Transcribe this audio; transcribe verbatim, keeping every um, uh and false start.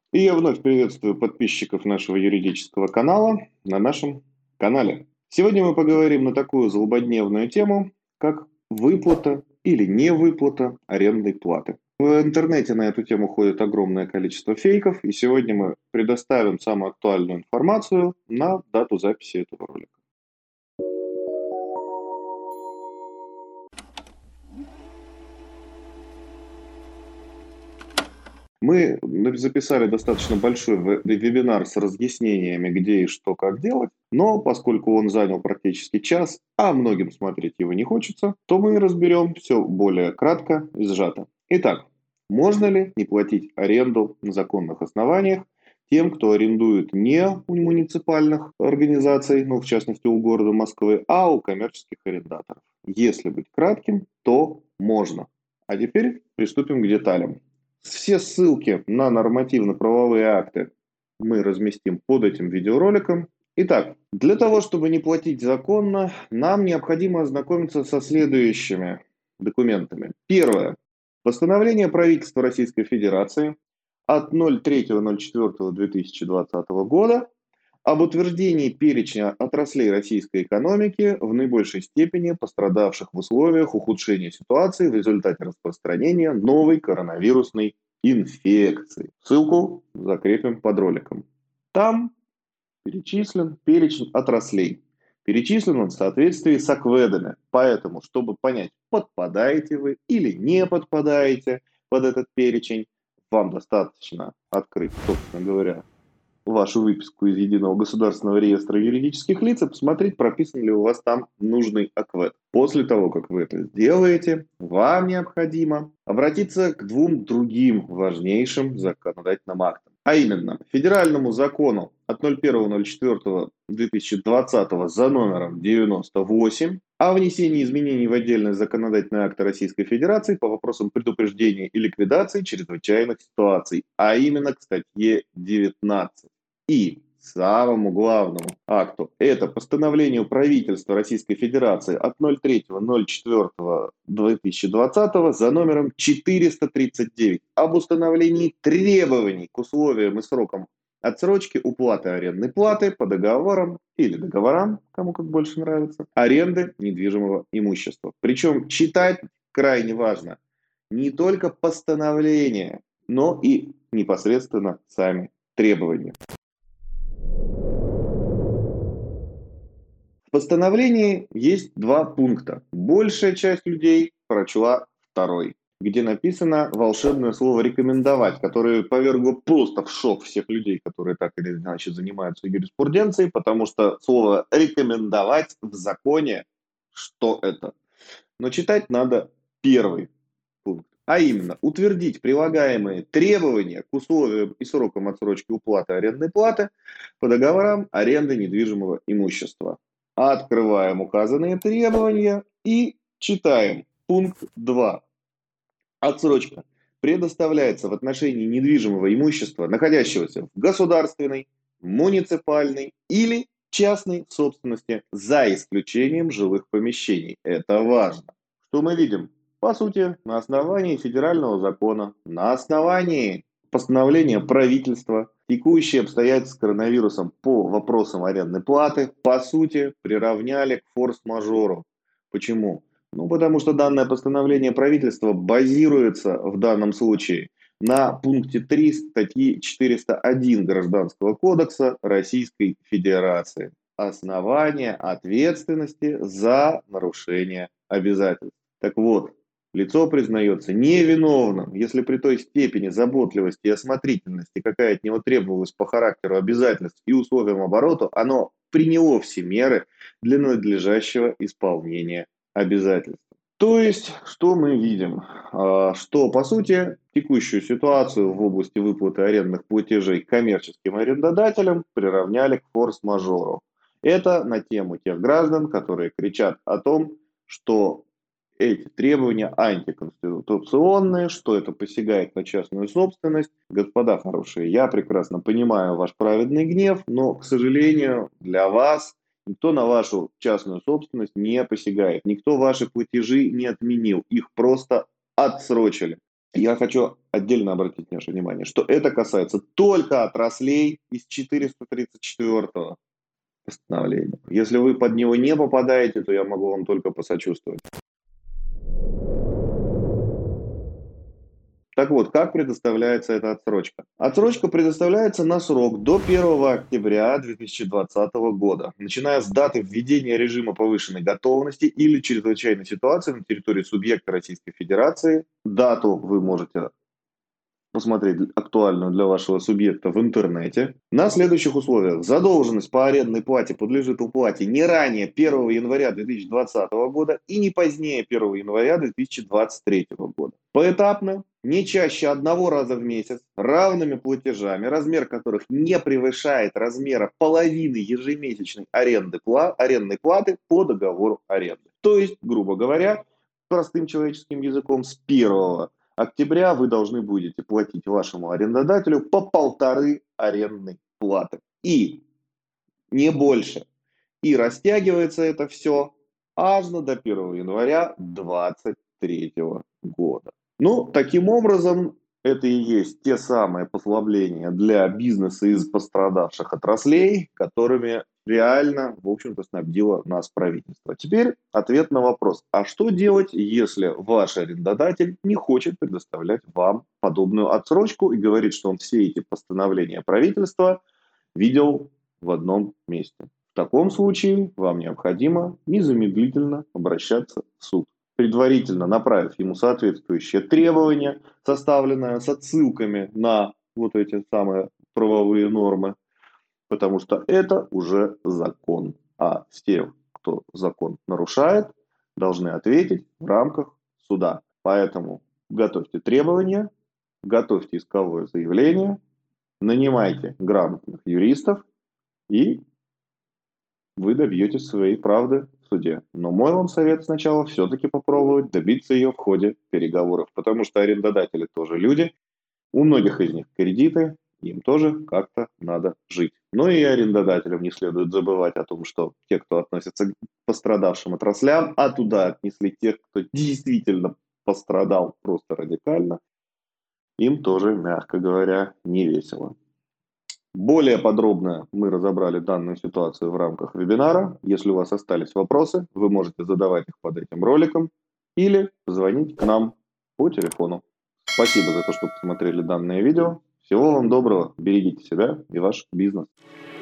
И я вновь приветствую подписчиков нашего юридического канала на нашем канале. Сегодня мы поговорим на такую злободневную тему, как выплата или невыплата арендной платы. В интернете на эту тему ходит огромное количество фейков, и сегодня мы предоставим самую актуальную информацию на дату записи этого ролика. Мы записали достаточно большой ве- вебинар с разъяснениями, где и что, как делать, но поскольку он занял практически час, а многим смотреть его не хочется, то мы разберем все более кратко и сжато. Итак, можно ли не платить аренду на законных основаниях тем, кто арендует не у муниципальных организаций, ну, в частности, у города Москвы, а у коммерческих арендаторов? Если быть кратким, то можно. А теперь приступим к деталям. Все ссылки на нормативно-правовые акты мы разместим под этим видеороликом. Итак, для того, чтобы не платить законно, нам необходимо ознакомиться со следующими документами. Первое. Постановление правительства Российской Федерации от ноль третьего ноль четвёртого две тысячи двадцатого года об утверждении перечня отраслей российской экономики в наибольшей степени пострадавших в условиях ухудшения ситуации в результате распространения новой коронавирусной инфекции. Ссылку закрепим под роликом. Там перечислен перечень отраслей. Перечислен он в соответствии с акведами. Поэтому, чтобы понять, подпадаете вы или не подпадаете под этот перечень, вам достаточно открыть, собственно говоря, вашу выписку из Единого государственного реестра юридических лиц и посмотреть, прописан ли у вас там нужный АКВЭД. После того, как вы это сделаете, вам необходимо обратиться к двум другим важнейшим законодательным актам. А именно, Федеральному закону от ноль первого ноль четвёртого две тысячи двадцатого за номером девяносто восемь о внесении изменений в отдельные законодательные акты Российской Федерации по вопросам предупреждения и ликвидации чрезвычайных ситуаций, а именно к статье девятнадцать. И самому главному акту это постановление правительства Российской Федерации от ноль третьего ноль четвёртого две тысячи двадцатого за номером четыреста тридцать девять об установлении требований к условиям и срокам отсрочки уплаты арендной платы по договорам или договорам, кому как больше нравится, аренды недвижимого имущества. Причем читать крайне важно не только постановление, но и непосредственно сами требования. В постановлении есть два пункта. Большая часть людей прочла второй, где написано волшебное слово «рекомендовать», которое повергло просто в шок всех людей, которые так или иначе занимаются юриспруденцией, потому что слово «рекомендовать» в законе, что это? Но читать надо первый пункт, а именно утвердить прилагаемые требования к условиям и срокам отсрочки уплаты арендной платы по договорам аренды недвижимого имущества. Открываем указанные требования и читаем пункт два. Отсрочка предоставляется в отношении недвижимого имущества, находящегося в государственной, муниципальной или частной собственности, за исключением жилых помещений. Это важно. Что мы видим? По сути, на основании федерального закона, на основании постановления правительства, текущие обстоятельства с коронавирусом по вопросам арендной платы, по сути, приравняли к форс-мажору. Почему? Ну, потому что данное постановление правительства базируется в данном случае на пункте три статьи четыреста один Гражданского кодекса Российской Федерации. Основание ответственности за нарушение обязательств. Так вот, лицо признается невиновным, если при той степени заботливости и осмотрительности, какая от него требовалась по характеру обязательств и условиям оборота, оно приняло все меры для надлежащего исполнения обязательств. То есть, что мы видим? А, Что, по сути, текущую ситуацию в области выплаты арендных платежей коммерческим арендодателям приравняли к форс-мажору. Это на тему тех граждан, которые кричат о том, что эти требования антиконституционные, что это посягает на частную собственность. Господа хорошие, я прекрасно понимаю ваш праведный гнев, но, к сожалению, для вас никто на вашу частную собственность не посягает, никто ваши платежи не отменил, их просто отсрочили. Я хочу отдельно обратить ваше внимание, что это касается только отраслей из четыреста тридцать четвёртого постановления. Если вы под него не попадаете, то я могу вам только посочувствовать. Так вот, как предоставляется эта отсрочка? Отсрочка предоставляется на срок до первого октября две тысячи двадцатого года, начиная с даты введения режима повышенной готовности или чрезвычайной ситуации на территории субъекта Российской Федерации. Дату вы можете посмотреть актуальную для вашего субъекта в интернете. На следующих условиях. Задолженность по арендной плате подлежит уплате не ранее первого января две тысячи двадцатого года и не позднее первого января две тысячи двадцать третьего года. Поэтапно, не чаще одного раза в месяц, равными платежами, размер которых не превышает размера половины ежемесячной аренды, арендной платы по договору аренды. То есть, грубо говоря, простым человеческим языком, с первого октября вы должны будете платить вашему арендодателю по полторы арендной платы. И не больше. И растягивается это все аж до первого января две тысячи двадцать третьего года. Ну, таким образом, это и есть те самые послабления для бизнеса из пострадавших отраслей, которыми реально, в общем-то, снабдило нас правительство. Теперь ответ на вопрос. А что делать, если ваш арендодатель не хочет предоставлять вам подобную отсрочку и говорит, что он все эти постановления правительства видел в одном месте? В таком случае вам необходимо незамедлительно обращаться в суд, предварительно направив ему соответствующее требование, составленное с отсылками на вот эти самые правовые нормы, потому что это уже закон. А те, кто закон нарушает, должны ответить в рамках суда. Поэтому готовьте требования, готовьте исковое заявление, нанимайте грамотных юристов, и вы добьетесь своей правды в суде. Но мой вам совет сначала все-таки попробовать добиться ее в ходе переговоров, потому что арендодатели тоже люди, у многих из них кредиты, им тоже как-то надо жить. Но и арендодателям не следует забывать о том, что те, кто относится к пострадавшим отраслям, а туда отнесли тех, кто действительно пострадал просто радикально, им тоже, мягко говоря, не весело. Более подробно мы разобрали данную ситуацию в рамках вебинара. Если у вас остались вопросы, вы можете задавать их под этим роликом или позвонить к нам по телефону. Спасибо за то, что посмотрели данное видео. Всего вам доброго, берегите себя и ваш бизнес.